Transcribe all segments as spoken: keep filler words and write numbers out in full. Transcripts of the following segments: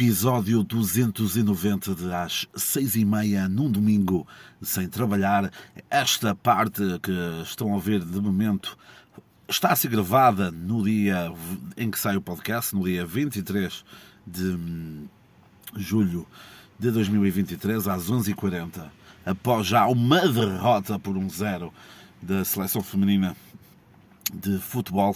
Episódio duzentos e noventa de às seis e meia num domingo sem trabalhar. Esta parte que estão a ver de momento está a ser gravada no dia em que sai o podcast, no dia vinte e três de julho de dois mil e vinte e três, às onze e quarenta, após já uma derrota por um zero da seleção feminina de futebol,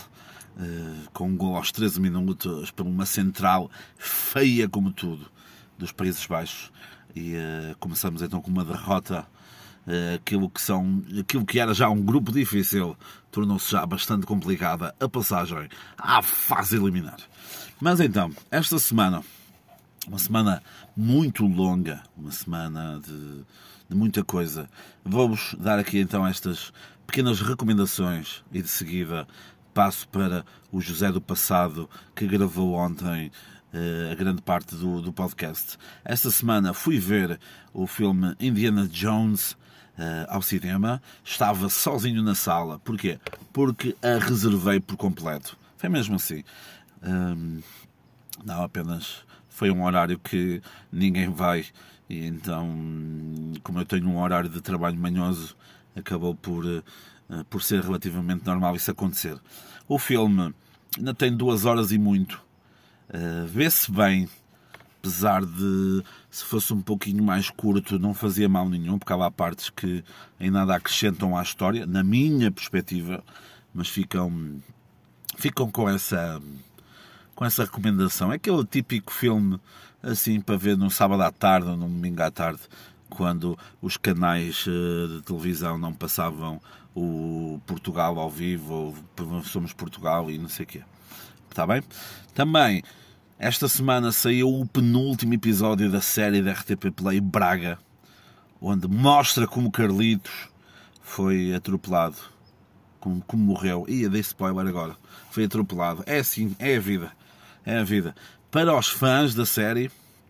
com um gol aos treze minutos por uma central feia como tudo dos Países Baixos. E uh, começamos então com uma derrota. Uh, aquilo, que são, aquilo que era já um grupo difícil tornou-se já bastante complicada a passagem à fase eliminar. Mas então, esta semana, uma semana muito longa, uma semana de, de muita coisa, vou-vos dar aqui então estas pequenas recomendações e de seguida passo para o José do Passado, que gravou ontem uh, a grande parte do, do podcast. Esta semana fui ver o filme Indiana Jones uh, ao cinema. Estava sozinho na sala. Porquê? Porque a reservei por completo. Foi mesmo assim. Um, não, apenas foi um horário que ninguém vai. E então, como eu tenho um horário de trabalho manhoso, acabou por... Uh, por ser relativamente normal isso acontecer. O filme ainda tem duas horas e muito. Uh, vê-se bem, apesar de, se fosse um pouquinho mais curto, não fazia mal nenhum, porque há partes que em nada acrescentam à história, na minha perspectiva, mas ficam, ficam com essa, com essa recomendação. É aquele típico filme assim para ver num sábado à tarde ou num domingo à tarde, quando os canais de televisão não passavam o Portugal ao vivo, ou Somos Portugal e não sei o quê. Está bem? Também, esta semana saiu o penúltimo episódio da série da R T P Play Braga, onde mostra como Carlitos foi atropelado, como, como morreu. Ih, dei spoiler agora. Foi atropelado. É assim, é a vida. É a vida. Para os fãs da série,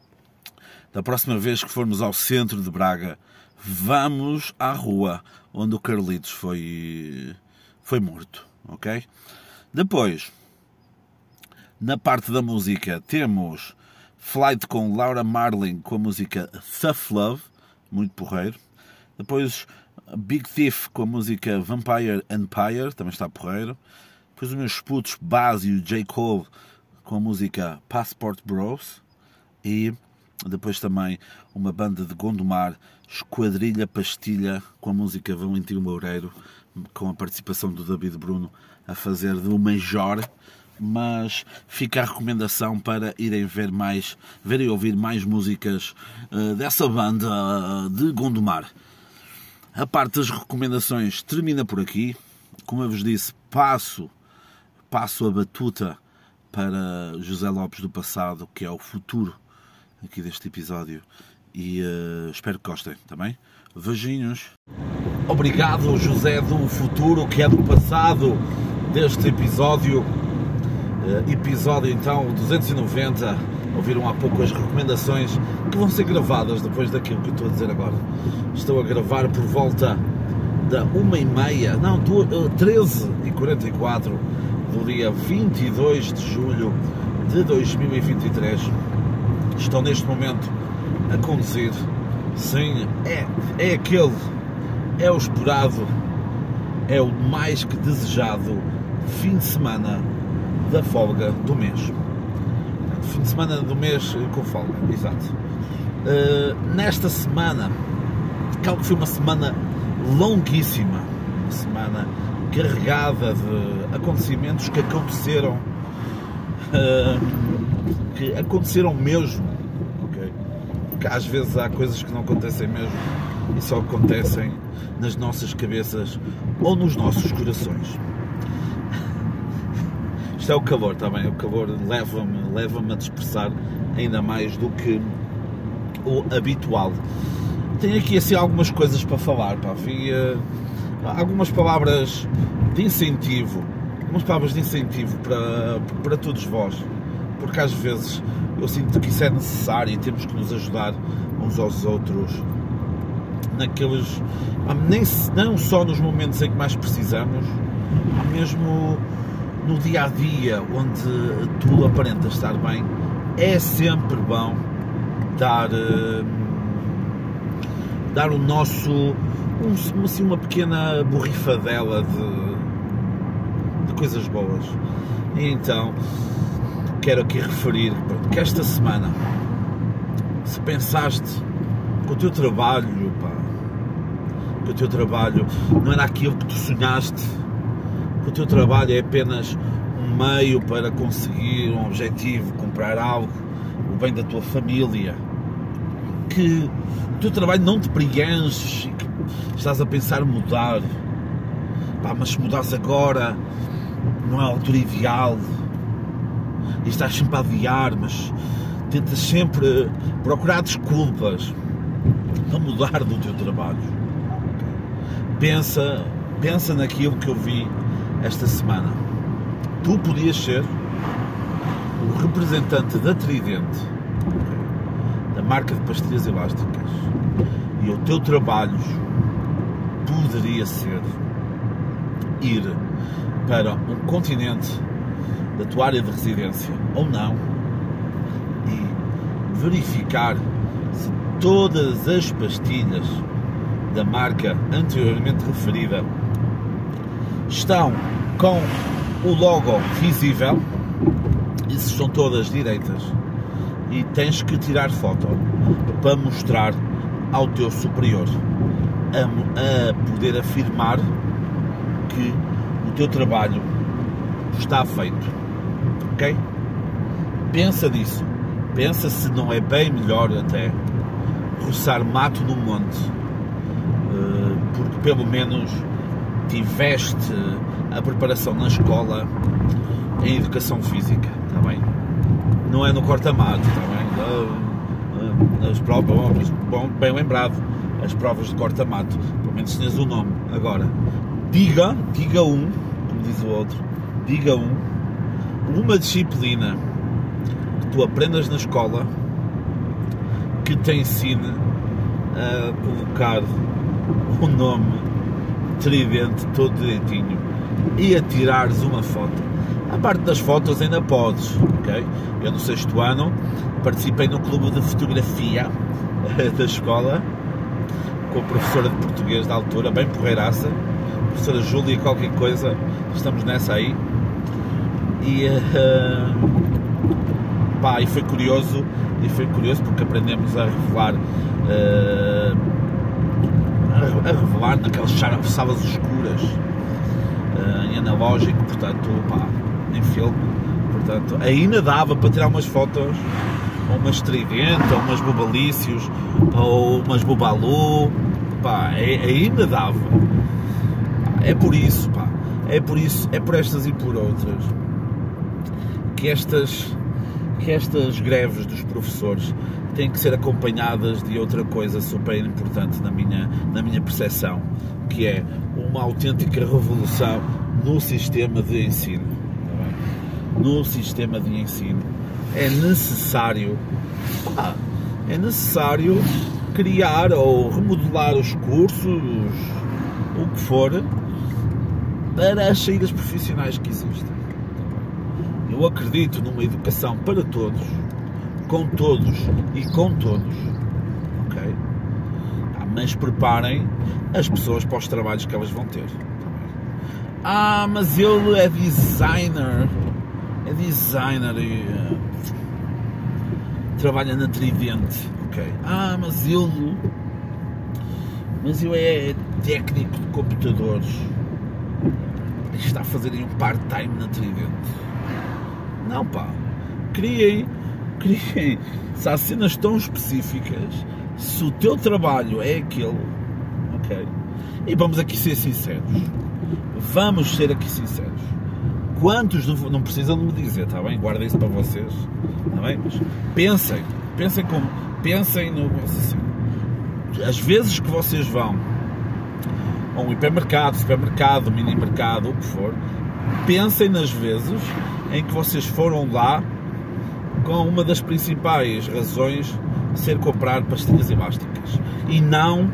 da próxima vez que formos ao centro de Braga, vamos à rua onde o Carlitos foi, foi morto, ok? Depois, na parte da música, temos Flight com Laura Marling com a música Tough Love, muito porreiro. Depois, Big Thief com a música Vampire Empire, também está porreiro. Depois os meus putos Baz e o J. Cole com a música Passport Bros. E depois também uma banda de Gondomar, Esquadrilha Pastilha, com a música Valentim Loureiro, com a participação do David Bruno a fazer do Major. Mas fica a recomendação para irem ver mais, ver e ouvir mais músicas uh, dessa banda uh, de Gondomar. A parte das recomendações termina por aqui. Como eu vos disse, passo, passo a batuta para José Lopes do Passado, que é o futuro aqui deste episódio, e uh, espero que gostem, também. Beijinhos. Obrigado, José do futuro, que é do passado, deste episódio. Uh, episódio então duzentos e noventa. Ouviram há pouco as recomendações que vão ser gravadas depois daquilo que eu estou a dizer agora. Estou a gravar por volta da uma e meia, não, treze e quarenta e quatro do dia vinte e dois de julho de dois mil e vinte e três. Estou neste momento a conduzir. Sim, é, é aquele, é o esperado, é o mais que desejado fim de semana da folga do mês. Fim de semana do mês com folga, exato. Uh, nesta semana, calma que foi uma semana longuíssima, uma semana carregada de acontecimentos que aconteceram, uh, que aconteceram mesmo, ok? Porque às vezes há coisas que não acontecem mesmo e só acontecem nas nossas cabeças ou nos nossos corações. Isto é o calor, está bem? O calor leva-me leva-me a dispersar ainda mais do que o habitual. Tenho aqui assim algumas coisas para falar, pá. Havia algumas palavras de incentivo, algumas palavras de incentivo para, para todos vós, porque às vezes eu sinto que isso é necessário e temos que nos ajudar uns aos outros naqueles, nem, não só nos momentos em que mais precisamos, mesmo no dia a dia, onde tudo aparenta estar bem, é sempre bom dar, uh, dar o nosso, um, assim, uma pequena borrifadela de, de coisas boas. E então, quero aqui referir que esta semana, se pensaste que o teu trabalho, pá, que o teu trabalho não era aquilo que tu sonhaste, que o teu trabalho é apenas um meio para conseguir um objetivo, comprar algo, o bem da tua família, que o teu trabalho não te preenche e que estás a pensar mudar, pá, mas se mudares agora não é a altura ideal e estás sempre a adiar, mas tentas sempre procurar desculpas para mudar do teu trabalho. Pensa, pensa naquilo que eu vi esta semana. Tu podias ser o representante da Tridente, da marca de pastilhas elásticas, e o teu trabalho poderia ser ir para um continente da tua área de residência ou não e verificar se todas as pastilhas da marca anteriormente referida estão com o logo visível e se são todas direitas, e tens que tirar foto para mostrar ao teu superior a, a poder afirmar que o teu trabalho está feito, ok? Pensa nisso, pensa se não é bem melhor até roçar mato no monte, porque pelo menos tiveste a preparação na escola em educação física, está bem? Não é no corta-mato, está bem? As provas, bom, bem lembrado, as provas de corta-mato, pelo menos tens o nome. Agora, diga, diga um, como diz o outro, diga um, uma disciplina que tu aprendas na escola que te ensine a colocar o nome Tridente todo direitinho e a tirares uma foto. A parte das fotos ainda podes, ok? Eu no sexto ano participei no clube de fotografia da escola com a professora de português da altura, bem porreiraça, professora Júlia qualquer coisa, estamos nessa aí. E, uh, pá, e foi curioso, e foi curioso porque aprendemos a revelar uh, a revelar naquelas salas escuras, uh, em analógico, portanto, pá, em filme, portanto, ainda dava para tirar umas fotos, ou umas Tridente, ou umas Bobalícios, ou umas Bobalu, pá, é, ainda dava. É por isso, pá, é por isso, é por estas e por outras, que estas, que estas greves dos professores têm que ser acompanhadas de outra coisa super importante na minha, na minha percepção, que é uma autêntica revolução no sistema de ensino. No sistema de ensino é necessário, ah, é necessário criar ou remodelar os cursos, o que for, para as saídas profissionais que existem. Eu acredito numa educação para todos, com todos e com todos, ok? Ah, mas preparem as pessoas para os trabalhos que elas vão ter. Ah, mas ele é designer, é designer e uh, trabalha na Tridente, ok? Ah, mas ele, mas ele é técnico de computadores e está a fazer aí um part-time na Tridente. Não, pá, criem, criem, se há cenas tão específicas, se o teu trabalho é aquele, ok? E vamos aqui ser sinceros, vamos ser aqui sinceros. Quantos, não, não precisam de me dizer, está bem? Guardem isso para vocês, está bem? Mas pensem, pensem como, pensem no, assim, as vezes que vocês vão a um hipermercado, supermercado, mini mercado, o que for, pensem nas vezes em que vocês foram lá com uma das principais razões ser comprar pastilhas elásticas e não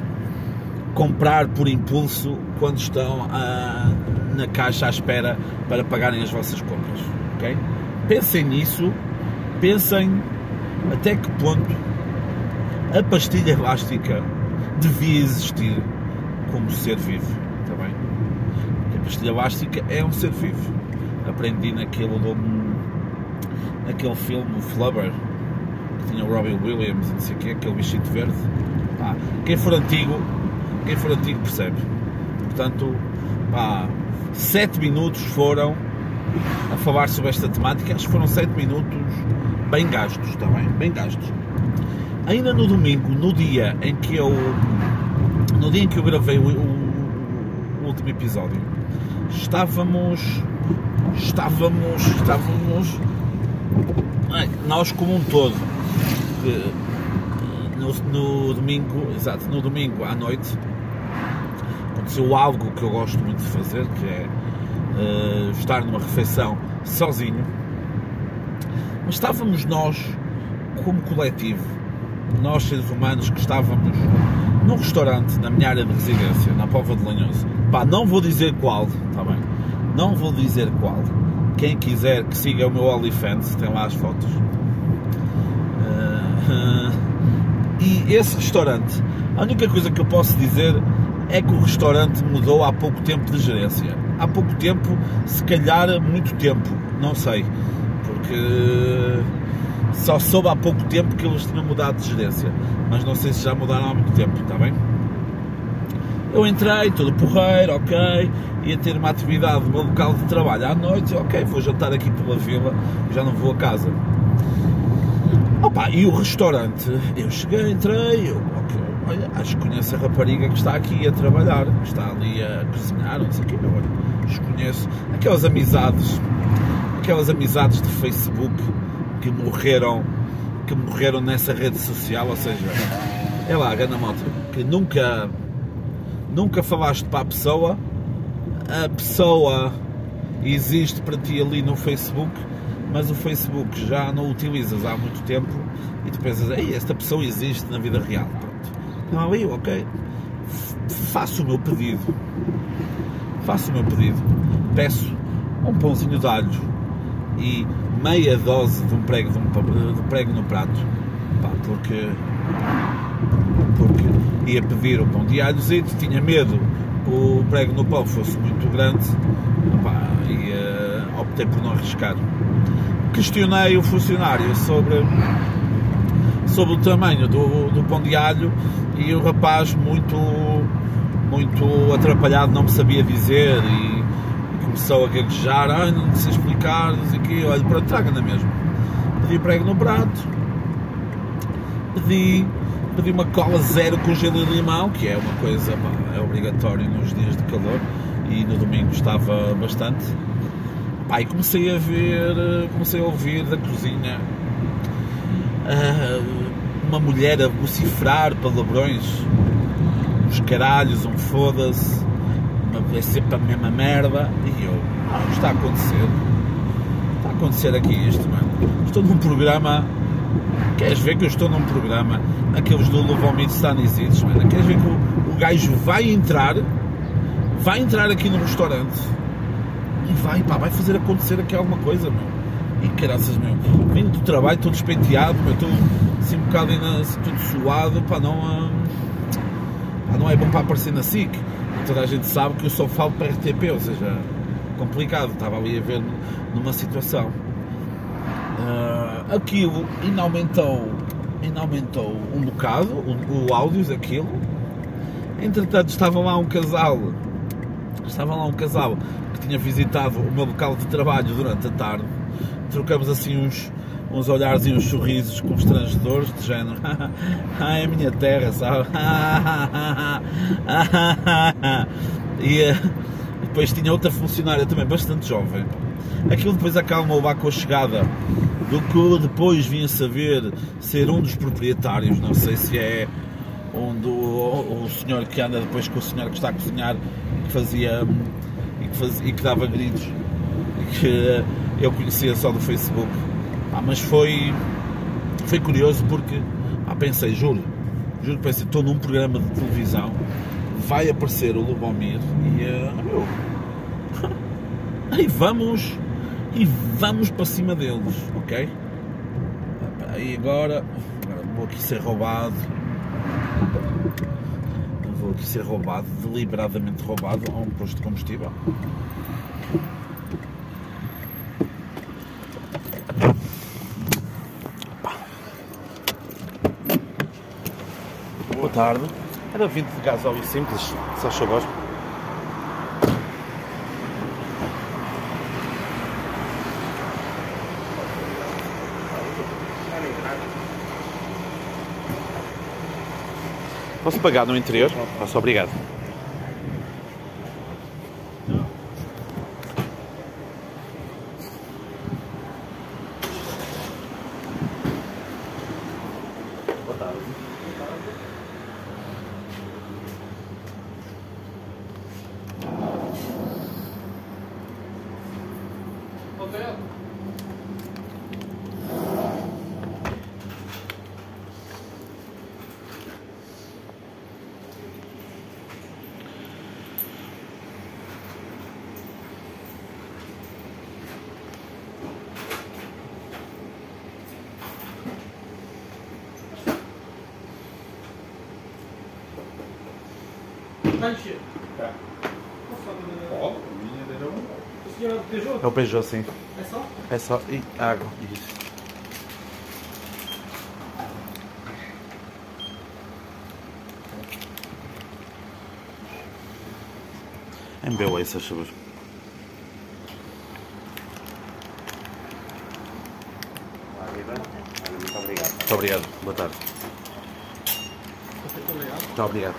comprar por impulso quando estão a, na caixa à espera para pagarem as vossas compras, ok? Pensem nisso Pensem até que ponto a pastilha elástica devia existir como ser vivo, está bem? Porque a pastilha elástica é um ser vivo. Aprendi naquele, naquele filme, o Flubber, que tinha o Robin Williams, não sei o quê, aquele bichito verde. Pá, quem for antigo, quem for antigo percebe. Portanto, pá, sete minutos foram a falar sobre esta temática. Acho que foram sete minutos bem gastos, está bem? Bem gastos. Ainda no domingo, no dia em que eu no dia em que eu gravei o, o, o último episódio, estávamos estávamos estávamos nós como um todo, no, no domingo, exato, no domingo à noite aconteceu algo que eu gosto muito de fazer, que é uh, estar numa refeição sozinho, mas estávamos nós como coletivo, nós seres humanos que estávamos num restaurante na minha área de residência, na Póvoa de Lanhoso. Pá, não vou dizer qual, está bem? Não vou dizer qual. Quem quiser que siga o meu OnlyFans, tem lá as fotos. Uh, uh, e esse restaurante, a única coisa que eu posso dizer é que o restaurante mudou há pouco tempo de gerência. Há pouco tempo, se calhar muito tempo, não sei. Porque só soube há pouco tempo que eles tinham mudado de gerência, mas não sei se já mudaram há muito tempo, está bem? Eu entrei, todo porreiro, ok, ia ter uma atividade no meu local de trabalho à noite, ok, vou jantar aqui pela vila, já não vou a casa. Opa, e o restaurante, eu cheguei, entrei, eu, ok, olha, acho que conheço a rapariga que está aqui a trabalhar, que está ali a cozinhar, não sei o que, meu, olha, desconheço aquelas amizades, aquelas amizades de Facebook que morreram, que morreram nessa rede social, ou seja, é lá, ganda malta, que nunca, nunca falaste para a pessoa, a pessoa existe para ti ali no Facebook, mas o Facebook já não o utilizas há muito tempo e tu pensas, ei, esta pessoa existe na vida real, pronto. Então ali, ok, faço o meu pedido, faço o meu pedido, peço um pãozinho de alho e meia dose de um prego, de um, de prego no prato, pá, porque, porque ia pedir o pão de alhozito, tinha medo que o prego no pão fosse muito grande, pá, e uh, optei por não arriscar. Questionei o funcionário sobre, sobre o tamanho do, do pão de alho e o rapaz, muito, muito atrapalhado, não me sabia dizer e começou a gaguejar, ah, não sei explicar, não sei o quê, olha, pronto, traga na mesma. Pedi prego no prato, pedi, pedi uma cola zero com gelo e limão, que é uma coisa, pá, é obrigatório nos dias de calor, e no domingo estava bastante. Pá, e comecei a ver, comecei a ouvir da cozinha uh, uma mulher a vociferar palavrões, uns caralhos, um foda-se, é sempre a mesma merda, e eu, ah, o que está a acontecer? Está a acontecer aqui isto, mano. Estou num programa, queres ver que eu estou num programa, aqueles do Levomito Stanisites, mano, queres ver que o, o gajo vai entrar, vai entrar aqui no restaurante, e vai, pá, vai fazer acontecer aqui alguma coisa, meu. E caraças, meu, vindo do trabalho, todo despenteado, meu, todo assim um bocado assim, todo suado, pá, não, uh, pá, não é bom para aparecer na S I C. Toda a gente sabe que eu só falo para R T P, ou seja, complicado, estava ali a ver numa situação. Uh, aquilo ainda aumentou, ainda aumentou um bocado, o, o áudio daquilo. Entretanto, estava lá um casal, estava lá um casal que tinha visitado o meu local de trabalho durante a tarde. Trocamos assim uns, uns olhares e uns sorrisos constrangedores, de género, ah, é a minha terra, sabe? E depois tinha outra funcionária também, bastante jovem. Aquilo depois acalmou lá com a chegada do que eu depois vim a saber ser um dos proprietários, não sei se é um do, o, o senhor que anda depois com o senhor que está a cozinhar, que fazia e que, fazia, e que dava gritos, e que eu conhecia só do Facebook. Ah, mas foi, foi curioso porque ah, pensei, juro, juro, pensei, estou num programa de televisão, vai aparecer o Lubomir e, uh, meu, e vamos, e vamos para cima deles, ok? E agora, agora vou aqui ser roubado. Vou aqui ser roubado, deliberadamente roubado a um posto de combustível. Boa tarde. Era vinte de gás óleo simples, se faz favor. Posso pagar no interior? Posso, obrigado. Boa tarde. Hotel. Vai encher. Tá. Ó, minha dele é o senhor Peugeot? É o Peugeot, sim. É só? É só. E água. Isso. M B U, se favor. Muito obrigado. Muito obrigado. Boa tarde. Muito obrigado. Muito obrigado.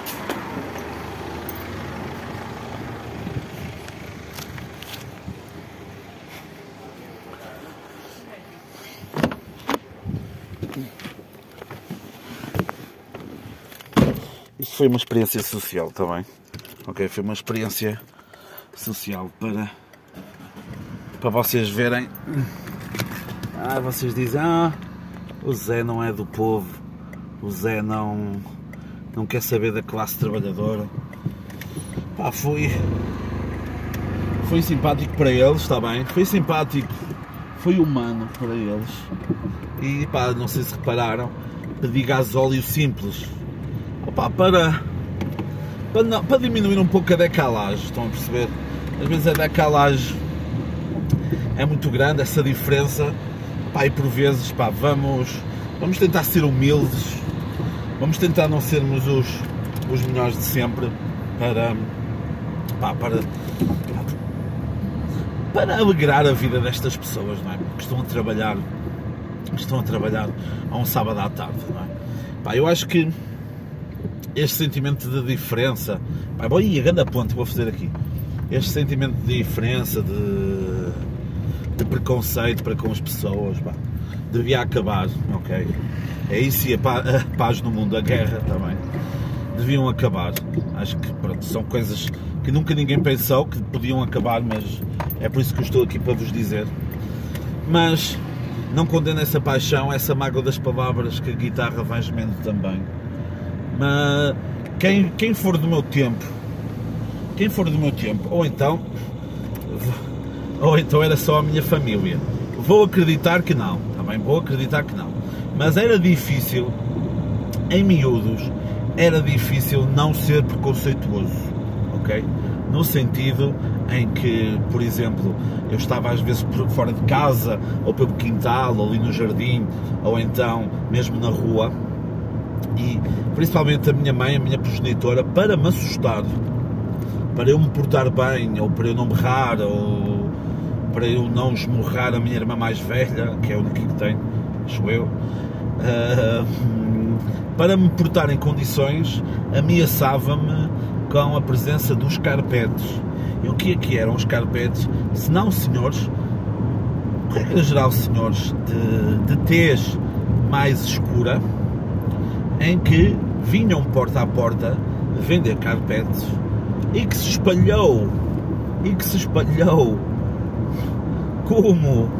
Isto foi uma experiência social também. Ok, foi uma experiência social para, para vocês verem. Ah, vocês dizem, ah, o Zé não é do povo, o Zé não, não quer saber da classe trabalhadora. Pá, foi, foi simpático para eles, está bem, foi simpático, foi humano para eles. E pá, não sei se repararam, pedi gasóleo simples. Opa, para, para, não, para diminuir um pouco a decalagem, estão a perceber? Às vezes a decalagem é muito grande, essa diferença, pá, e por vezes, pá, vamos, vamos tentar ser humildes, vamos tentar não sermos os, os melhores de sempre, para, pá, para, para alegrar a vida destas pessoas, não é? Que estão a trabalhar, estão a trabalhar a um sábado à tarde, não é? Pá, eu acho que este sentimento de diferença, pá, bom, e a grande ponte que vou fazer aqui, este sentimento de diferença, de, de preconceito para com as pessoas, pá, devia acabar, ok? É isso, e a paz, a paz no mundo, a guerra também, deviam acabar. Acho que, pronto, são coisas que nunca ninguém pensou que podiam acabar, mas é por isso que eu estou aqui para vos dizer. Mas não condeno essa paixão, essa mágoa das palavras que a guitarra vai gemendo também. Mas quem, quem for do meu tempo, quem for do meu tempo, ou então, ou então era só a minha família, vou acreditar que não, também vou acreditar que não, mas era difícil, em miúdos, era difícil não ser preconceituoso, ok? No sentido em que, por exemplo, eu estava às vezes fora de casa, ou pelo quintal, ou ali no jardim, ou então mesmo na rua, e principalmente a minha mãe, a minha progenitora, para me assustar, para eu me portar bem, ou para eu não berrar, ou para eu não esmurrar a minha irmã mais velha, que é a única que tenho, acho eu, uh, para me portar em condições, ameaçava-me com a presença dos carpetes. E o que é que eram os carpetes? Se não, senhores, regra geral, senhores, de, de tez mais escura, em que vinham porta a porta vender carpetes e que se espalhou, e que se espalhou como,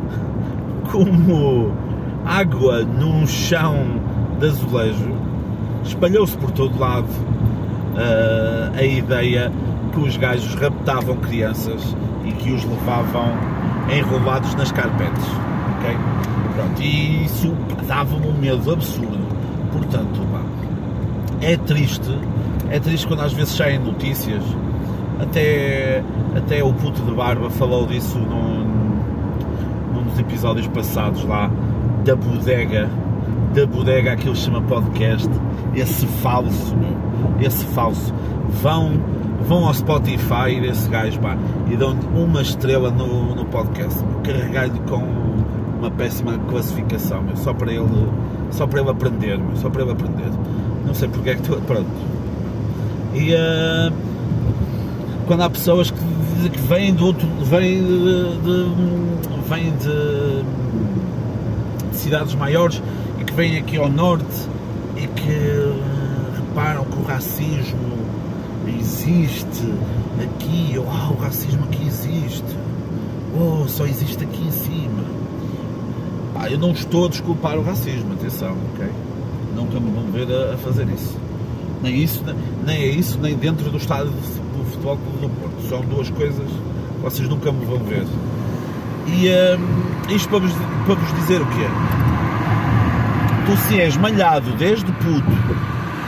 como água num chão de azulejo, espalhou-se por todo lado uh, a ideia que os gajos raptavam crianças e que os levavam enrolados nas carpetes, ok? Pronto, e isso dava-me um medo absurdo. Portanto, pá, é triste, é triste quando às vezes saem notícias, até, até o puto de barba falou disso num, num dos episódios passados lá, da bodega, da bodega, aquilo se chama podcast, esse falso, meu, esse falso, vão, vão ao Spotify desse gajo, pá, e dão-lhe uma estrela no, no podcast, carregar-lhe com uma péssima classificação, meu, só para ele, só para ele aprender, meu, só para ele aprender, não sei porque é que tu, pronto, e uh, quando há pessoas que, que vêm de outro, vêm de, de, vêm de, de cidades maiores e que vêm aqui ao norte e que uh, reparam que o racismo existe aqui, ou ah, o racismo aqui existe, oh, só existe aqui em cima. Pá, eu não estou a desculpar o racismo, atenção, ok? Nunca me vão ver a, a fazer isso. Nem isso, nem é isso, nem dentro do estádio do Futebol Clube do Porto. São duas coisas que vocês nunca me vão ver. E um, isto para vos, para vos dizer o quê? Tu se és malhado desde puto,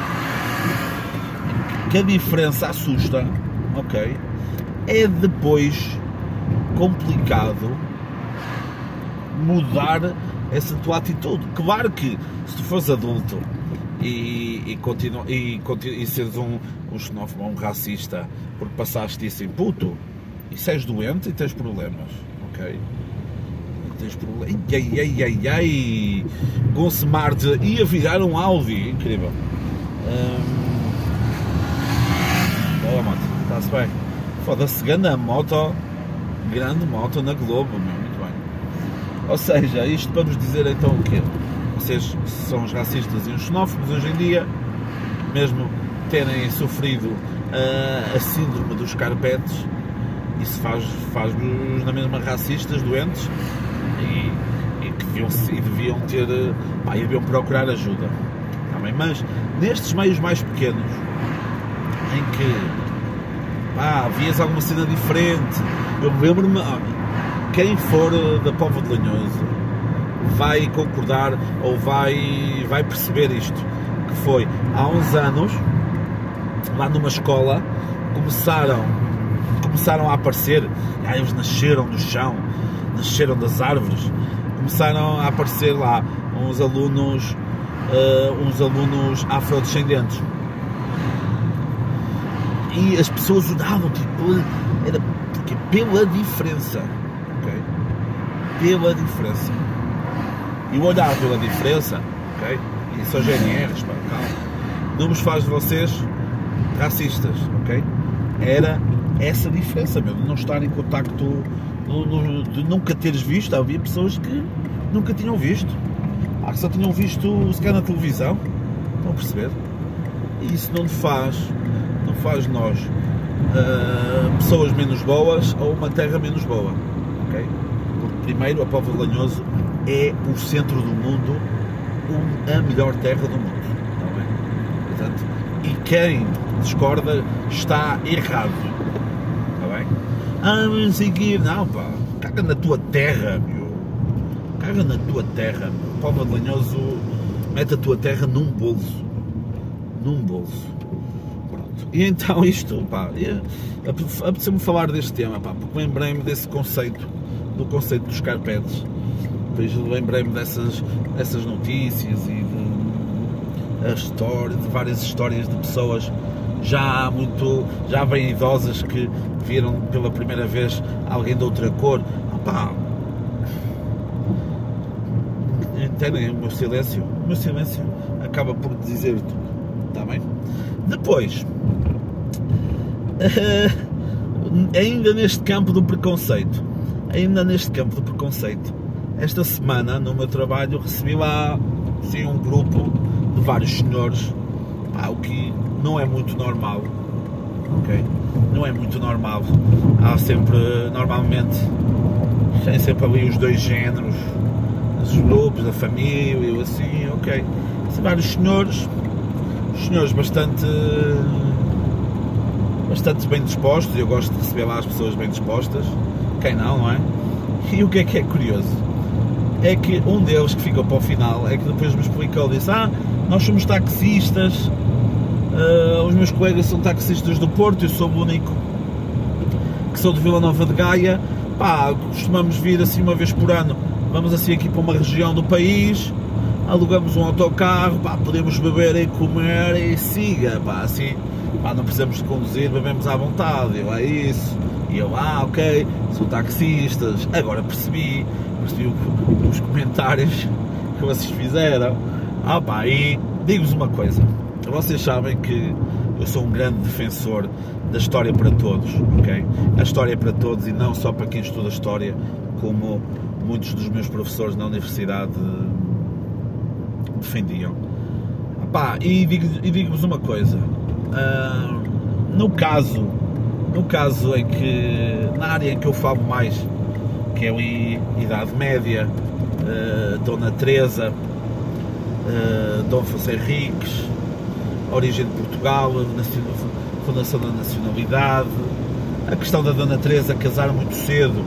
que a diferença assusta, ok? É depois complicado mudar essa tua atitude. Claro que se tu fores adulto e, e, continu, e, continu, e seres um, um xenófobo, um racista, porque passaste isso em puto, e se és doente e tens problemas, ok? E tens problemas. Ai, ai, ai, ai, Gonçalves ia virar um Audi, incrível. Hum, boa moto, está-se bem. Foda-se, grande moto, grande moto na Globo, meu, muito bem. Ou seja, isto para vos dizer então o quê? Vocês são os racistas e os xenófobos hoje em dia, mesmo terem sofrido uh, a síndrome dos carpetes, isso faz-vos faz na mesma racistas, doentes, e, e que deviam, e deviam ter, pá, e deviam procurar ajuda. Também, mas nestes meios mais pequenos, em que pá, vias alguma cena diferente, eu lembro-me, quem for da Póvoa de Lanhoso vai concordar ou vai, vai perceber isto, que foi há uns anos, lá numa escola, começaram, começaram a aparecer, ah, eles nasceram do chão, nasceram das árvores, começaram a aparecer lá uns alunos, uh, uns alunos afrodescendentes. E as pessoas olhavam, tipo, era porque, pela diferença, ok? Pela diferença. E o olhar pela diferença, ok? E são G N Rs, pá, calma. Não vos faz de vocês racistas, ok? Era essa diferença mesmo, de não estar em contacto, de nunca teres visto. Havia pessoas que nunca tinham visto, ah, que só tinham visto se calhar na televisão, estão a perceber? E isso não faz, não faz nós uh, pessoas menos boas ou uma terra menos boa, ok? Porque primeiro a Póvoa de Lanhoso é o centro do mundo, um, a melhor terra do mundo, está bem? Portanto, e quem discorda está errado, está bem? Ah, não sei que, não, pá, caga na tua terra, meu, caga na tua terra, meu. Póvoa de Lanhoso, mete a tua terra num bolso, num bolso. Pronto. E então isto, pá, apeteceu-me falar deste tema, pá, porque lembrei-me desse conceito, do conceito dos carpetes. Depois lembrei-me dessas, dessas notícias e de, a história, de várias histórias de pessoas já muito, já bem idosas que viram pela primeira vez alguém de outra cor. Opá, entendem o meu silêncio? O meu silêncio acaba por dizer tudo, está bem? Depois, uh, ainda neste campo do preconceito, ainda neste campo do preconceito, esta semana no meu trabalho recebi lá sim, um grupo de vários senhores, pá, o que não é muito normal, ok? Não é muito normal. Há sempre, normalmente, tem sempre ali os dois géneros, os grupos, a família, assim, ok? São vários senhores, senhores bastante, bastante bem dispostos, eu gosto de receber lá as pessoas bem dispostas, quem não, não é? E o que é que é curioso? é que um deles, que ficou para o final, é que depois me explicou, disse, ah, nós somos taxistas, uh, os meus colegas são taxistas do Porto, eu sou o único que sou de Vila Nova de Gaia, pá, costumamos vir assim uma vez por ano, vamos assim aqui para uma região do país, alugamos um autocarro, pá, podemos beber e comer e siga, pá, assim, pá, não precisamos de conduzir, bebemos à vontade, eu, é isso, e eu, ah, ok, são taxistas, agora percebi, percebi o, os comentários que vocês fizeram, ah pá, e digo-vos uma coisa, vocês sabem que eu sou um grande defensor da história para todos, ok? A história é para todos e não só para quem estuda história, como muitos dos meus professores na universidade defendiam. Pá, e digo-vos e digo uma coisa, uh, no caso, no caso em que, na área em que eu falo mais, que é a Idade Média, uh, Dona Teresa, uh, Dom Afonso Henriques, a origem de Portugal, a fundação da nacionalidade, a questão da Dona Teresa casar muito cedo,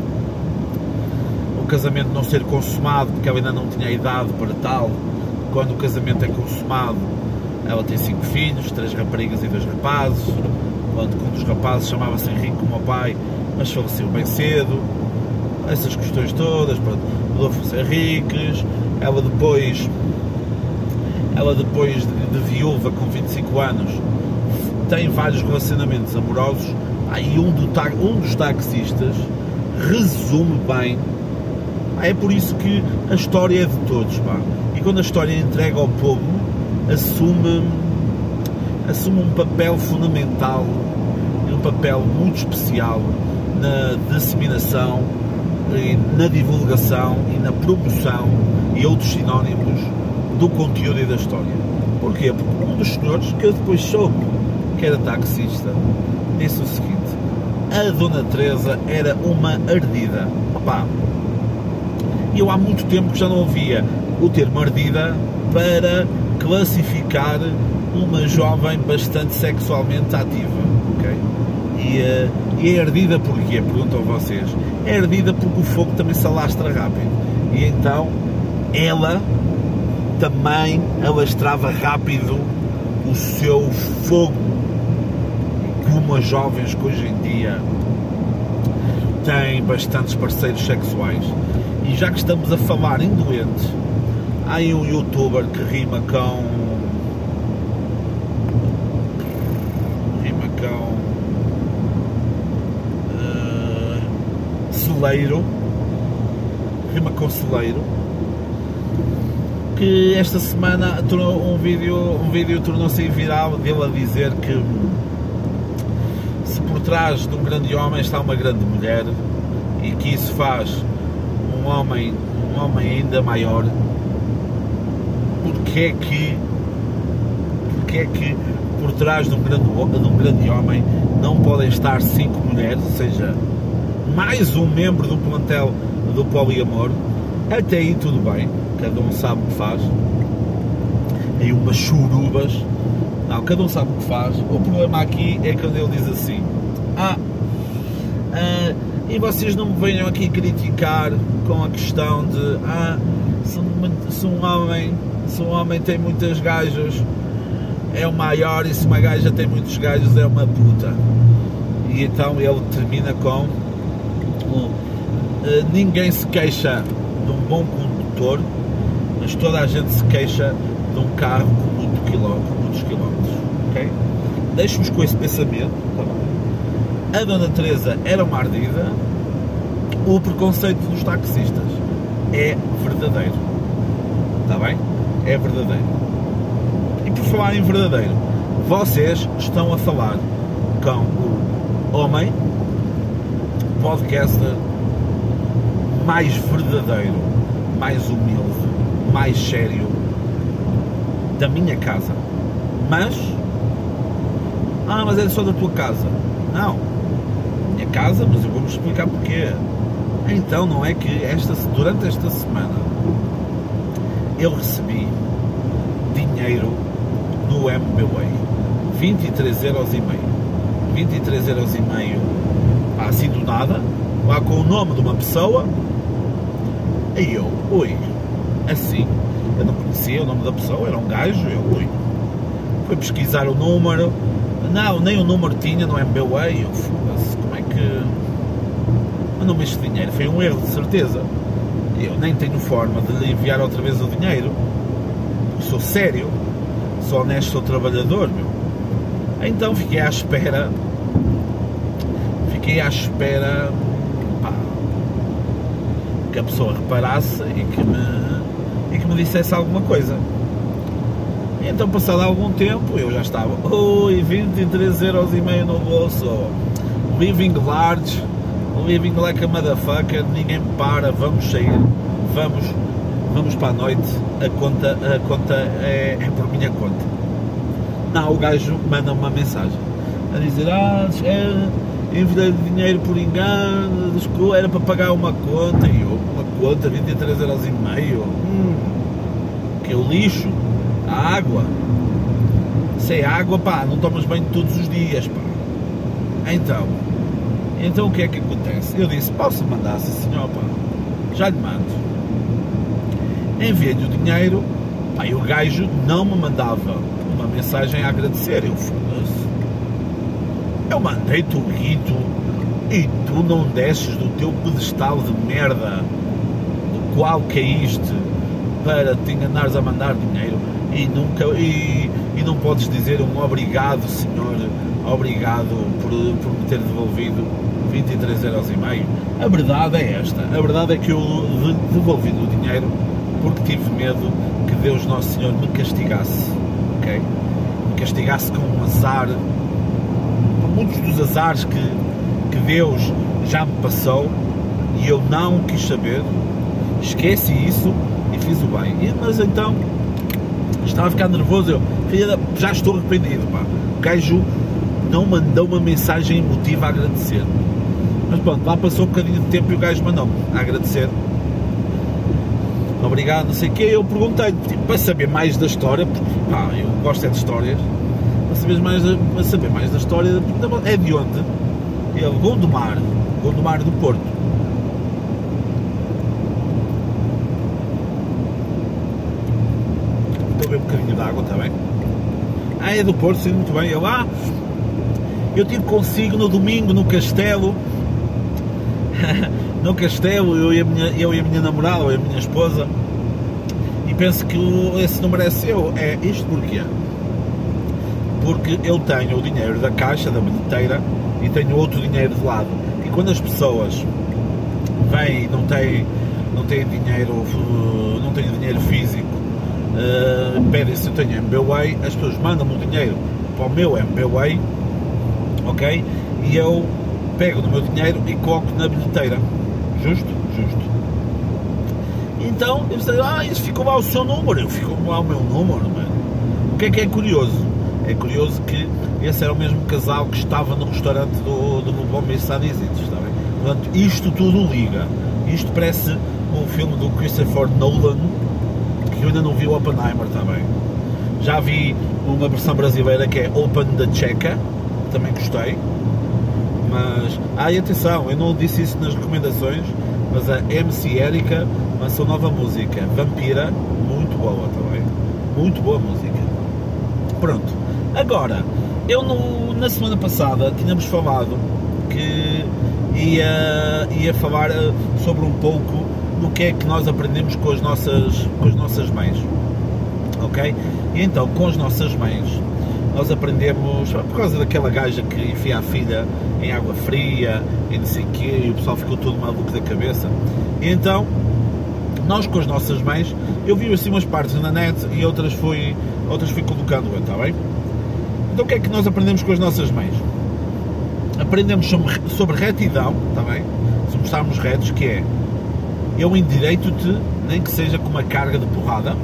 o casamento não ser consumado porque ela ainda não tinha idade para tal. Quando o casamento é consumado, ela tem cinco filhos, três raparigas e dois rapazes, quando um dos rapazes chamava-se Henrique como o pai, mas faleceu bem cedo, essas questões todas, pronto, Dom Afonso Henriques, ela depois, ela depois de, de viúva com vinte e cinco anos, tem vários relacionamentos amorosos, aí um, do, um dos taxistas resume bem, é por isso que a história é de todos, pá. E quando a história é entregue ao povo, assume, assume um papel fundamental, um papel muito especial na disseminação, na divulgação e na promoção e outros sinónimos do conteúdo e da história. Porquê? Porque um dos senhores, que eu depois soube que era taxista, disse o seguinte: a Dona Teresa era uma ardida. Opá, eu há muito tempo que já não ouvia o termo ardida para classificar uma jovem bastante sexualmente ativa, ok? E, uh, e é ardida porquê? Perguntam vocês. É ardida porque o fogo também se alastra rápido. E então ela também alastrava rápido o seu fogo, como as jovens que hoje em dia têm bastantes parceiros sexuais. E já que estamos a falar em doentes, há aí um youtuber que rima com... rima com... Uh, celeiro. Rima com celeiro. Que esta semana tornou um vídeo, um vídeo tornou-se viral dele a dizer que se por trás de um grande homem está uma grande mulher e que isso faz um homem, um homem ainda maior. Porque é que, porque é que por trás de um, grande, de um grande homem não podem estar cinco mulheres, ou seja, mais um membro do plantel do poliamor? Até aí tudo bem, cada um sabe o que faz, aí umas churubas, não, cada um sabe o que faz. O problema aqui é quando ele diz assim: ah, ah e vocês não me venham aqui criticar com a questão de ah, se, se um homem se um homem tem muitas gajas é o maior, e se uma gaja tem muitos gajos é uma puta. E então ele termina com um, uh, ninguém se queixa de um bom condutor, mas toda a gente se queixa de um carro com, muito quiló, com muitos quilómetros, ok? Deixo-vos com esse pensamento, tá bem? A Dona Teresa era uma ardida, o preconceito dos taxistas é verdadeiro, está bem? É verdadeiro. E por falar em verdadeiro, vocês estão a falar com o homem podcaster mais verdadeiro, mais humilde, mais sério da minha casa. Mas ah, mas é só da tua casa. Não, minha casa, mas eu vou-vos explicar porquê. Então, não é que esta, durante esta semana eu recebi dinheiro no M B W A Y, vinte e três euros e meio, vinte e três euros e meio, assim do nada, lá com o nome de uma pessoa, Aí eu, ui, assim, eu não conhecia o nome da pessoa, era um gajo, eu, ui, fui pesquisar o número, não, nem o número tinha no M B W A, eu, foda-se, como é que, mandou-me este dinheiro, foi um erro de certeza, eu nem tenho forma de lhe enviar outra vez o dinheiro, sou sério, sou honesto, sou trabalhador, meu. Então fiquei à espera, fiquei à espera, pá, que a pessoa reparasse e que me, e que me dissesse alguma coisa. E então, passado algum tempo, eu já estava, oi, vinte e três euros e meio no bolso, living large, living like a motherfucker, ninguém me para, vamos sair, vamos, vamos para a noite, a conta, a conta é, é por minha conta. Não, o gajo manda-me uma mensagem a dizer, ah, é, enviei dinheiro por engano, era para pagar uma conta, e eu, uma conta, vinte e três euros e meio, hum, que eu lixo, a água, sem água, pá, não tomas banho todos os dias, pá. Então, então o que é que acontece? Eu disse, posso mandar, sim senhor, pá, já lhe mando. Enviei-lhe o dinheiro, pá, e o gajo não me mandava uma mensagem a agradecer, eu foda-se. Eu mandei-te o guito e tu não desces do teu pedestal de merda do qual caíste para te enganares a mandar dinheiro e, nunca, e, e não podes dizer um obrigado, senhor, obrigado por, por me ter devolvido vinte e três euros e meio. A verdade é esta, a verdade é que eu devolvi o dinheiro porque tive medo que Deus Nosso Senhor me castigasse, ok? Me castigasse com um azar, com muitos dos azares que, que Deus já me passou e eu não quis saber, esqueci isso e fiz o bem. E, mas então, estava a ficar nervoso, eu, filha, já estou arrependido, pá. O gajo não mandou uma mensagem emotiva a agradecer. Mas pronto, lá passou um bocadinho de tempo e o gajo mandou-me a agradecer. Obrigado, não sei o quê. Eu perguntei, tipo, para saber mais da história, porque pá, eu gosto é de histórias, para saber mais, para saber mais da história, é de onde? Ele, Gondomar, Gondomar do Porto. Estou a ver um bocadinho de água, está bem? Ah, é do Porto, sim, muito bem. Eu, ah, eu estive consigo no domingo no Castelo, no Castelo, eu e, a minha, eu e a minha namorada, ou a minha esposa, e penso que o, esse número é seu. É isto porquê? Porque eu tenho o dinheiro da caixa, da bilheteira, e tenho outro dinheiro de lado. E quando as pessoas vêm e não têm, não têm dinheiro, não têm dinheiro físico, uh, pedem se eu tenho M B W A, as pessoas mandam-me o dinheiro para o meu M B W A, ok? E eu pego no meu dinheiro e coloco na bilheteira. Justo? Justo. Então, eu disse, ah, isso ficou lá o seu número, eu ficou lá o meu número, mano. O que é que é curioso? É curioso que esse era o mesmo casal que estava no restaurante do, do Bombay Sanisitos, está bem? Portanto, isto tudo liga. Isto parece um filme do Christopher Nolan, que eu ainda não vi o Oppenheimer, está bem? Já vi uma versão brasileira que é Open the Checker, também gostei. Mas, ah, e atenção, eu não disse isso nas recomendações, mas a M C Erika lançou nova música, Vampira, muito boa também, muito boa música. Pronto, agora, eu no, na semana passada tínhamos falado que ia, ia falar sobre um pouco do que é que nós aprendemos com as nossas, com as nossas mães, ok? E então, com as nossas mães, nós aprendemos, por causa daquela gaja que enfia a filha em água fria e não sei o quê, e o pessoal ficou todo maluco da cabeça. E então, nós com as nossas mães, eu vi assim umas partes na net e outras fui, outras fui colocando, está bem? Então o que é que nós aprendemos com as nossas mães? Aprendemos sobre, sobre retidão, está bem? Se mostrarmos retos, que é, eu endireito-te, nem que seja com uma carga de porrada.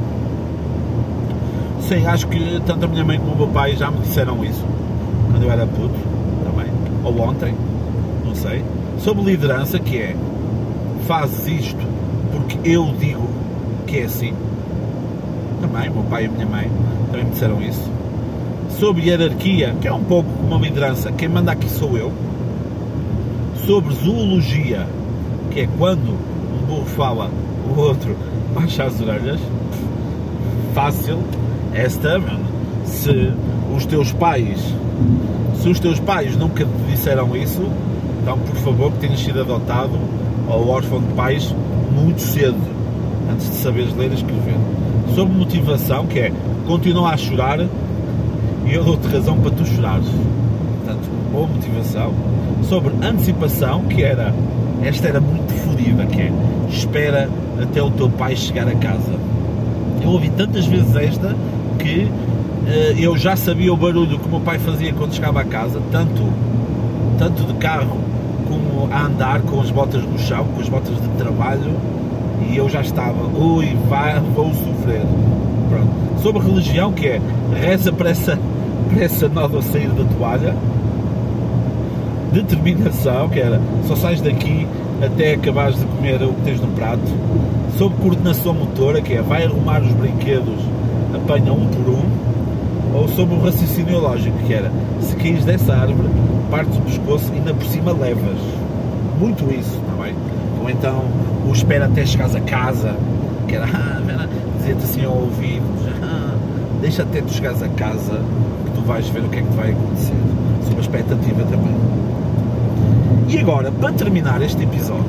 Sim, acho que tanto a minha mãe como o meu pai já me disseram isso quando eu era puto, também, ou ontem, não sei. Sobre liderança, que é, fazes isto porque eu digo que é assim. Também, o meu pai e a minha mãe também me disseram isso. Sobre hierarquia, que é um pouco uma liderança, quem manda aqui sou eu. Sobre zoologia, que é quando um burro fala, o outro baixa as orelhas. Fácil. Esta, mano, se os teus pais, se os teus pais nunca te disseram isso, então por favor que tenhas sido adotado ou órfão de pais muito cedo, antes de saberes ler e escrever. Sobre motivação, que é, continua a chorar e eu dou-te razão para tu chorares. Portanto, boa motivação. Sobre antecipação, que era, esta era muito fodida, que é, espera até o teu pai chegar a casa. Eu ouvi tantas vezes esta que uh, eu já sabia o barulho que o meu pai fazia quando chegava a casa, tanto, tanto de carro como a andar com as botas no chão, com as botas de trabalho, e eu já estava, ui, vai, vou sofrer. Pronto. Sobre religião, que é, reza para essa, para essa nova sair da toalha. Determinação, que era, só sais daqui até acabares de comer o que tens no prato. Sobre coordenação motora, que é, vai arrumar os brinquedos, apanha um por um. Ou sobre o raciocínio lógico, que era, se caís dessa árvore, partes o pescoço e ainda por cima levas. Muito isso, está bem? Ou então, o espera até chegares a casa, que era, ah, dizia-te assim ao ouvido, ah, deixa até tu chegares a casa, que tu vais ver o que é que vai acontecer. Sobre a expectativa também. E agora, para terminar este episódio,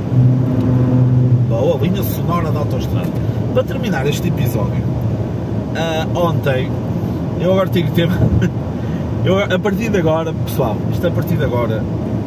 boa, linha sonora da autoestrada, para terminar este episódio, uh, ontem, eu agora tenho que ter, eu, a partir de agora, pessoal, isto a partir de agora,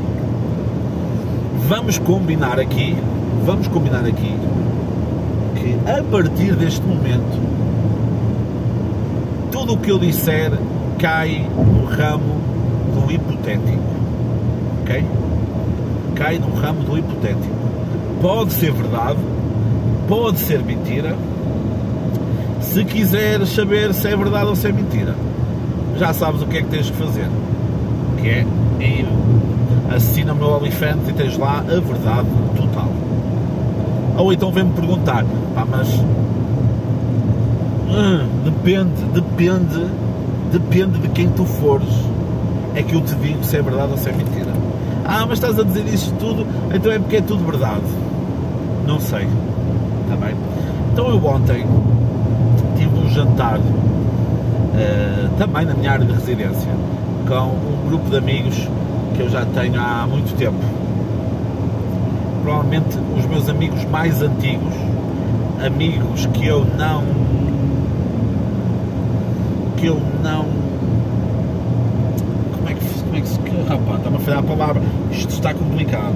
vamos combinar aqui, vamos combinar aqui, que a partir deste momento, tudo o que eu disser cai no ramo do hipotético, ok? Cai no ramo do hipotético. Pode ser verdade, pode ser mentira. Se quiseres saber se é verdade ou se é mentira, já sabes o que é que tens que fazer, que é ir, assina o meu OnlyFans e tens lá a verdade total. Ou então vem-me perguntar, pá, mas hum, depende, depende, depende de quem tu fores, é que eu te digo se é verdade ou se é mentira. Ah, mas estás a dizer isto tudo, então é porque é tudo verdade. Não sei, está bem? Então eu ontem tive um jantar, uh, também na minha área de residência, com um grupo de amigos que eu já tenho há muito tempo. Provavelmente os meus amigos mais antigos, amigos que eu não... que eu não... Como é que, como é que se... Rapaz, está-me a falhar a palavra, isto está complicado.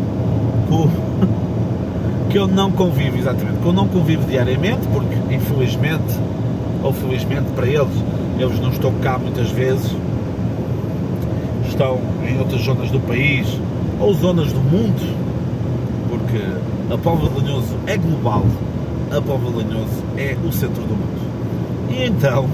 Que eu não convivo, exatamente, que eu não convivo diariamente, porque infelizmente, ou felizmente para eles, eles não estão cá muitas vezes, estão em outras zonas do país, ou zonas do mundo, porque a Póvoa de Lanhoso é global, a Póvoa de Lanhoso é o centro do mundo. E então...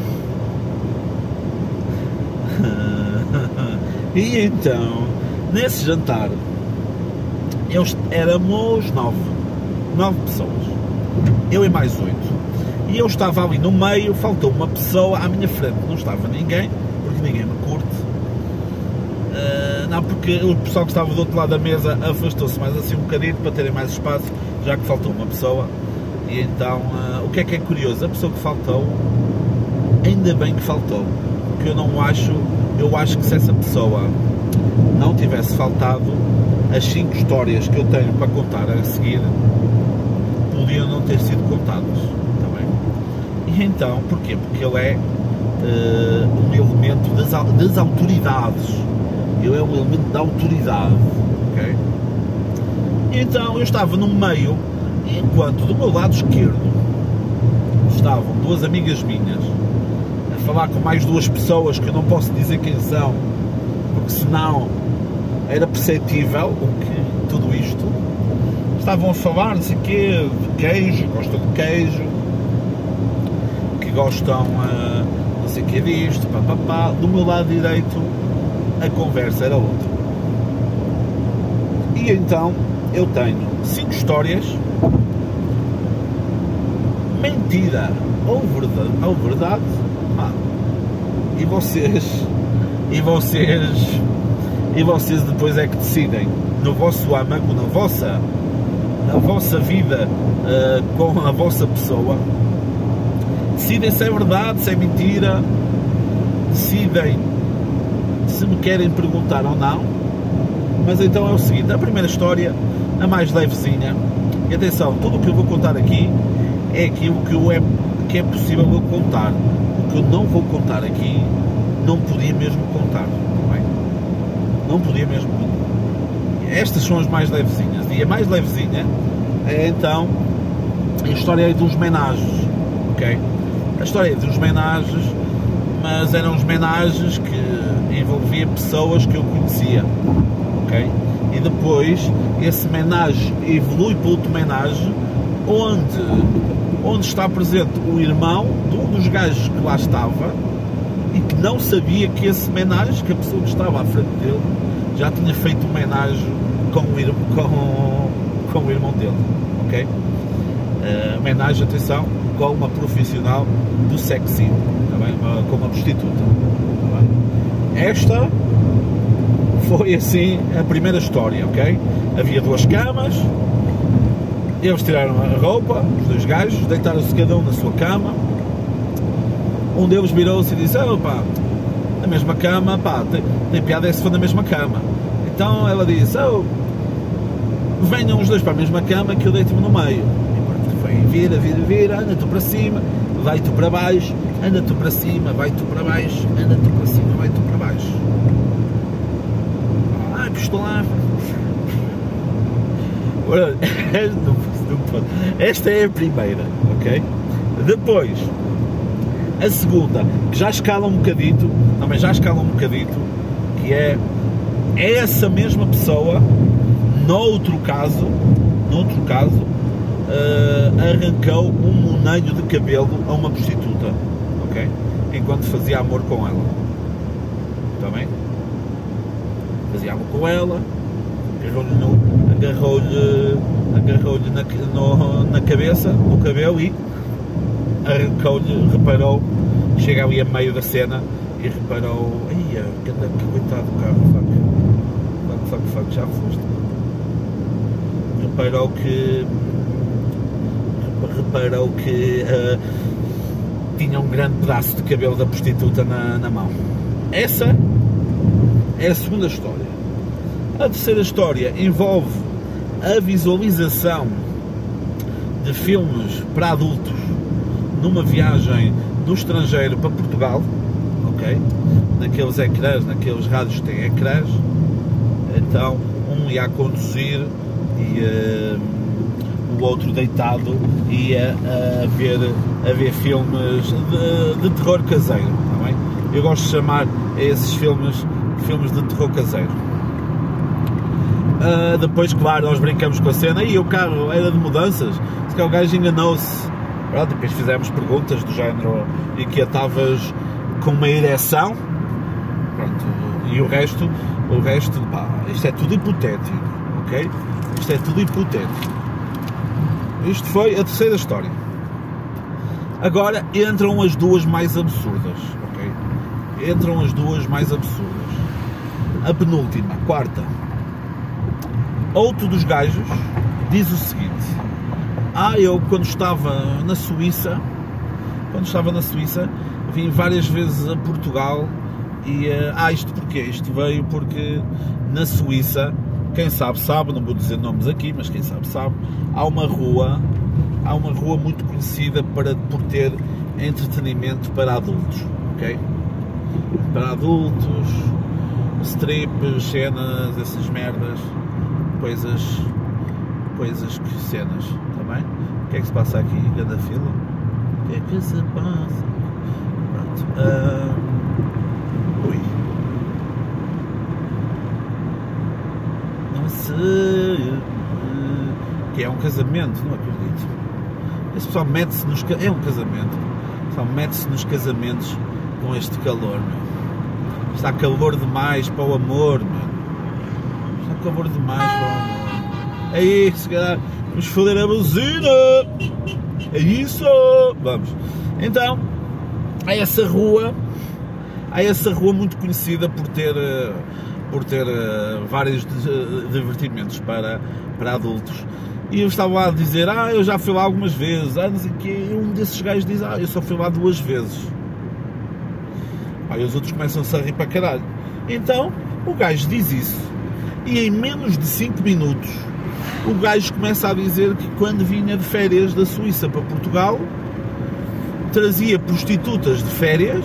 e então, nesse jantar, eu, éramos nove, nove pessoas, eu e mais oito, e eu estava ali no meio, faltou uma pessoa à minha frente, não estava ninguém, porque ninguém me curte, uh, não, porque o pessoal que estava do outro lado da mesa afastou-se mais assim um bocadinho para terem mais espaço, já que faltou uma pessoa. E então, uh, o que é que é curioso, a pessoa que faltou, ainda bem que faltou, porque eu não acho, eu acho que se essa pessoa não tivesse faltado, as cinco histórias que eu tenho para contar a seguir podiam não ter sido contadas, está bem? E então, porquê? Porque ele é uh, um elemento das, das autoridades, ele é um elemento da autoridade, ok? E então eu estava no meio, enquanto do meu lado esquerdo estavam duas amigas minhas a falar com mais duas pessoas que eu não posso dizer quem são, porque senão era perceptível o que tudo isto. Estavam a falar, não sei o quê, de queijo, gostam de queijo, que gostam, uh, não sei o quê disto, pá, pá, pá. Do meu lado direito, a conversa era outra. E então, eu tenho cinco histórias, mentira ou verdade, ou verdade, ah, e vocês, e vocês... E vocês depois é que decidem, no vosso âmago, na vossa a vossa vida uh, com a vossa pessoa, decidem se é verdade, se é mentira, decidem se me querem perguntar ou não. Mas então é o seguinte, a primeira história, a mais levezinha, e atenção, tudo o que eu vou contar aqui é aquilo que, eu é, que é possível eu contar. O que eu não vou contar aqui, não podia mesmo contar, não é? Não podia mesmo contar. Estas são as mais levezinhas, e a mais levezinha é então a história dos menages, ok? A história dos menages, mas eram os menages que envolvia pessoas que eu conhecia, ok? E depois esse menage evolui para outro menage onde, onde está presente o irmão de um dos gajos que lá estava e que não sabia que esse menage, que a pessoa que estava à frente dele, já tinha feito um menage com o, com, com o irmão dele, ok? Uh, menage, atenção, com uma profissional do sexy, tá bem? Uma, com uma prostituta, tá bem? Esta foi assim a primeira história, ok? Havia duas camas, eles tiraram a roupa, os dois gajos, deitaram-se cada um na sua cama. Um deles virou-se e disse: oh, pá, na mesma cama, pá, tem, tem piada é se for na mesma cama. Então ela disse: oh, venham os dois para a mesma cama que eu deito-me no meio. E pronto, foi vira, vira, vira, anda tu para cima, vai tu para baixo, anda tu para cima, vai tu para baixo, anda tu para cima, vai tu para baixo. Ai, pistolar. Esta é a primeira, ok? Depois, a segunda, que já escala um bocadito, não, mas já escala um bocadito, que é essa mesma pessoa, noutro caso, noutro caso, uh, arrancou um moneio de cabelo a uma prostituta, ok? Enquanto fazia amor com ela, está bem? Fazia amor com ela, agarrou-lhe no, agarrou-lhe, agarrou-lhe na, no, na cabeça, no cabelo e arrancou-lhe, reparou, chega ali a meio da cena e reparou, ai, que, que coitado do carro, fuck, fuck, fuck, fuck, já foste. Reparou que, reparou que uh, tinha um grande pedaço de cabelo da prostituta na, na mão. Essa é a segunda história. A terceira história envolve a visualização de filmes para adultos numa viagem do estrangeiro para Portugal, ok? Naqueles ecrãs, naqueles rádios que têm ecrãs. Então, um ia a conduzir e uh, o outro deitado ia a ver, a ver filmes de, de terror caseiro, tá bem? Eu gosto de chamar esses filmes filmes de terror caseiro. Uh, depois, claro, nós brincamos com a cena e o carro era de mudanças, se que o gajo enganou-se. Depois fizemos perguntas do género e que estavas com uma ereção. Pronto, e o resto, o resto, pá, isto é tudo hipotético, ok? Isto é tudo hipotético. Isto foi a terceira história. Agora entram as duas mais absurdas, ok? Entram as duas mais absurdas. A penúltima, a quarta. Outro dos gajos diz o seguinte: ah, eu quando estava na Suíça, quando estava na Suíça, vim várias vezes a Portugal e, ah, isto porquê? Isto veio porque na Suíça, quem sabe sabe, não vou dizer nomes aqui, mas quem sabe sabe, há uma rua, há uma rua muito conhecida para, por ter entretenimento para adultos, ok? Para adultos, strips, cenas, essas merdas, coisas, coisas que cenas, está bem? O que é que se passa aqui? Cada fila? O que é que se passa? Pronto. Uh... Ui. Não sei. Que é um casamento, não acredito. Esse pessoal mete-se nos... É um casamento. O pessoal mete-se nos casamentos com este calor, meu. Está calor demais para o amor, meu. Está calor demais para o amor. É isso, galera. Vamos foder a buzina. É isso. Vamos. Então, há essa rua, há essa rua muito conhecida por ter, por ter vários divertimentos para, para adultos. E eu estava lá a dizer, ah, eu já fui lá algumas vezes, ah, não sei o quê, e um desses gajos diz, ah, eu só fui lá duas vezes. Aí os outros começam-se a rir para caralho. Então, o gajo diz isso, e em menos de cinco minutos, o gajo começa a dizer que quando vinha de férias da Suíça para Portugal, trazia prostitutas de férias,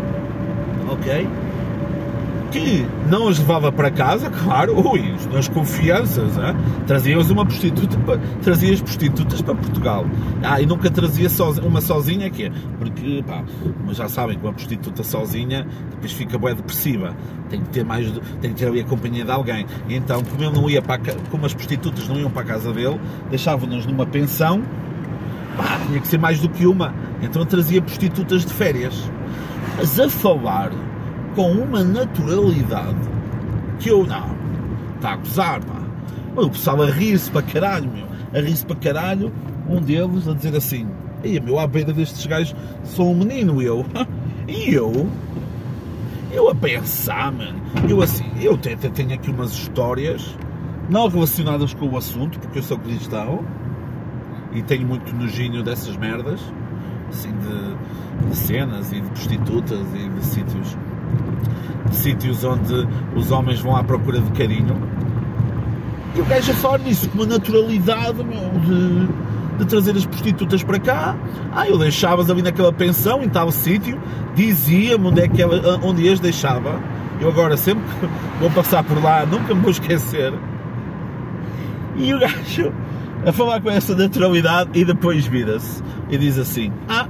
ok? Que não as levava para casa, claro, ui, nas confianças, hein? Trazias uma prostituta, para, trazias prostitutas para Portugal. Ah, e nunca trazia soz, uma sozinha, que é, porque, pá, mas já sabem que uma prostituta sozinha depois fica bué depressiva, tem que ter mais, tem que ter ali a companhia de alguém. E então, como ele não ia para, como as prostitutas não iam para a casa dele, deixavam-nos numa pensão, pá, tinha que ser mais do que uma, então trazia prostitutas de férias. Mas a falar com uma naturalidade que eu, não, está a gozar, pá. O pessoal a rir-se para caralho, meu, a rir-se para caralho, um deles a dizer assim, ei, meu, à beira destes gajos sou um menino, eu, e eu, eu a pensar, mano, eu assim, eu até tenho aqui umas histórias, não relacionadas com o assunto, porque eu sou cristão, e tenho muito nojinho dessas merdas, assim, de, de cenas e de prostitutas e de sítios de sítios onde os homens vão à procura de carinho. E o gajo a falar nisso com uma naturalidade, meu, de, de trazer as prostitutas para cá. Ah, eu deixava-as ali naquela pensão, em tal sítio, dizia-me onde é que ela, onde as deixava. Eu agora sempre que vou passar por lá, nunca me vou esquecer. E o gajo a falar com essa naturalidade e depois vira-se e diz assim, ah,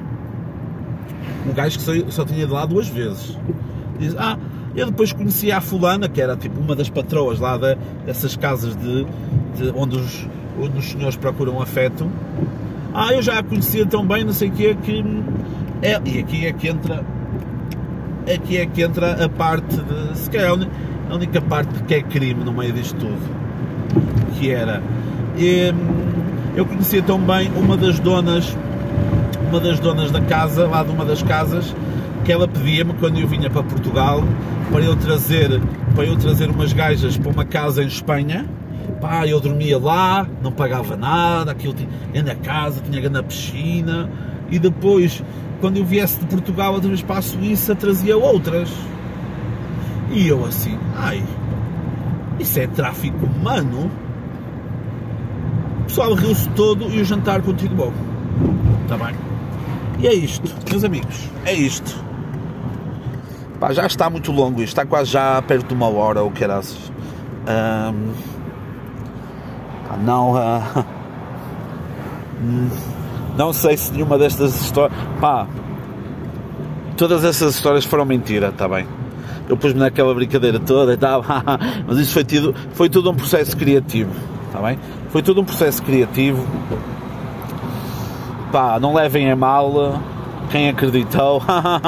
o gajo que só, só tinha de lá duas vezes. Diz, ah, eu depois conheci a fulana, que era tipo uma das patroas lá da, dessas casas de, de onde, os, onde os senhores procuram afeto. Ah, eu já a conhecia tão bem, não sei o que, que é, e aqui é que entra, aqui é que entra a parte de, se calhar a única parte que é crime no meio disto tudo, que era, e, eu conhecia tão bem uma das donas, uma das donas da casa, lá de uma das casas, que ela pedia-me quando eu vinha para Portugal para eu trazer, para eu trazer umas gajas para uma casa em Espanha. Pá, eu dormia lá, não pagava nada, aquilo tinha na casa, tinha grande piscina, e depois, quando eu viesse de Portugal outra vez para a Suíça, trazia outras. E eu assim, ai, isso é tráfico humano? O pessoal riu-se todo e o jantar continuou. Está bem? E é isto, meus amigos, é isto. Pá, já está muito longo isto, está quase já perto de uma hora ou caraças. Um, pá, não, uh, não sei se nenhuma destas histórias, pá, todas essas histórias foram mentira, está bem? Eu pus-me naquela brincadeira toda e tal, mas isso foi, tido, foi tudo um processo criativo, está bem? Foi tudo um processo criativo. Pá, não levem a mal quem acreditou.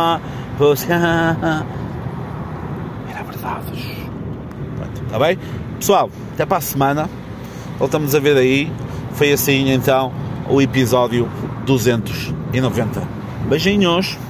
Era verdade. Está bem? Pessoal, até para a semana. Voltamos a ver aí. Foi assim então o episódio duzentos e noventa. Beijinhos.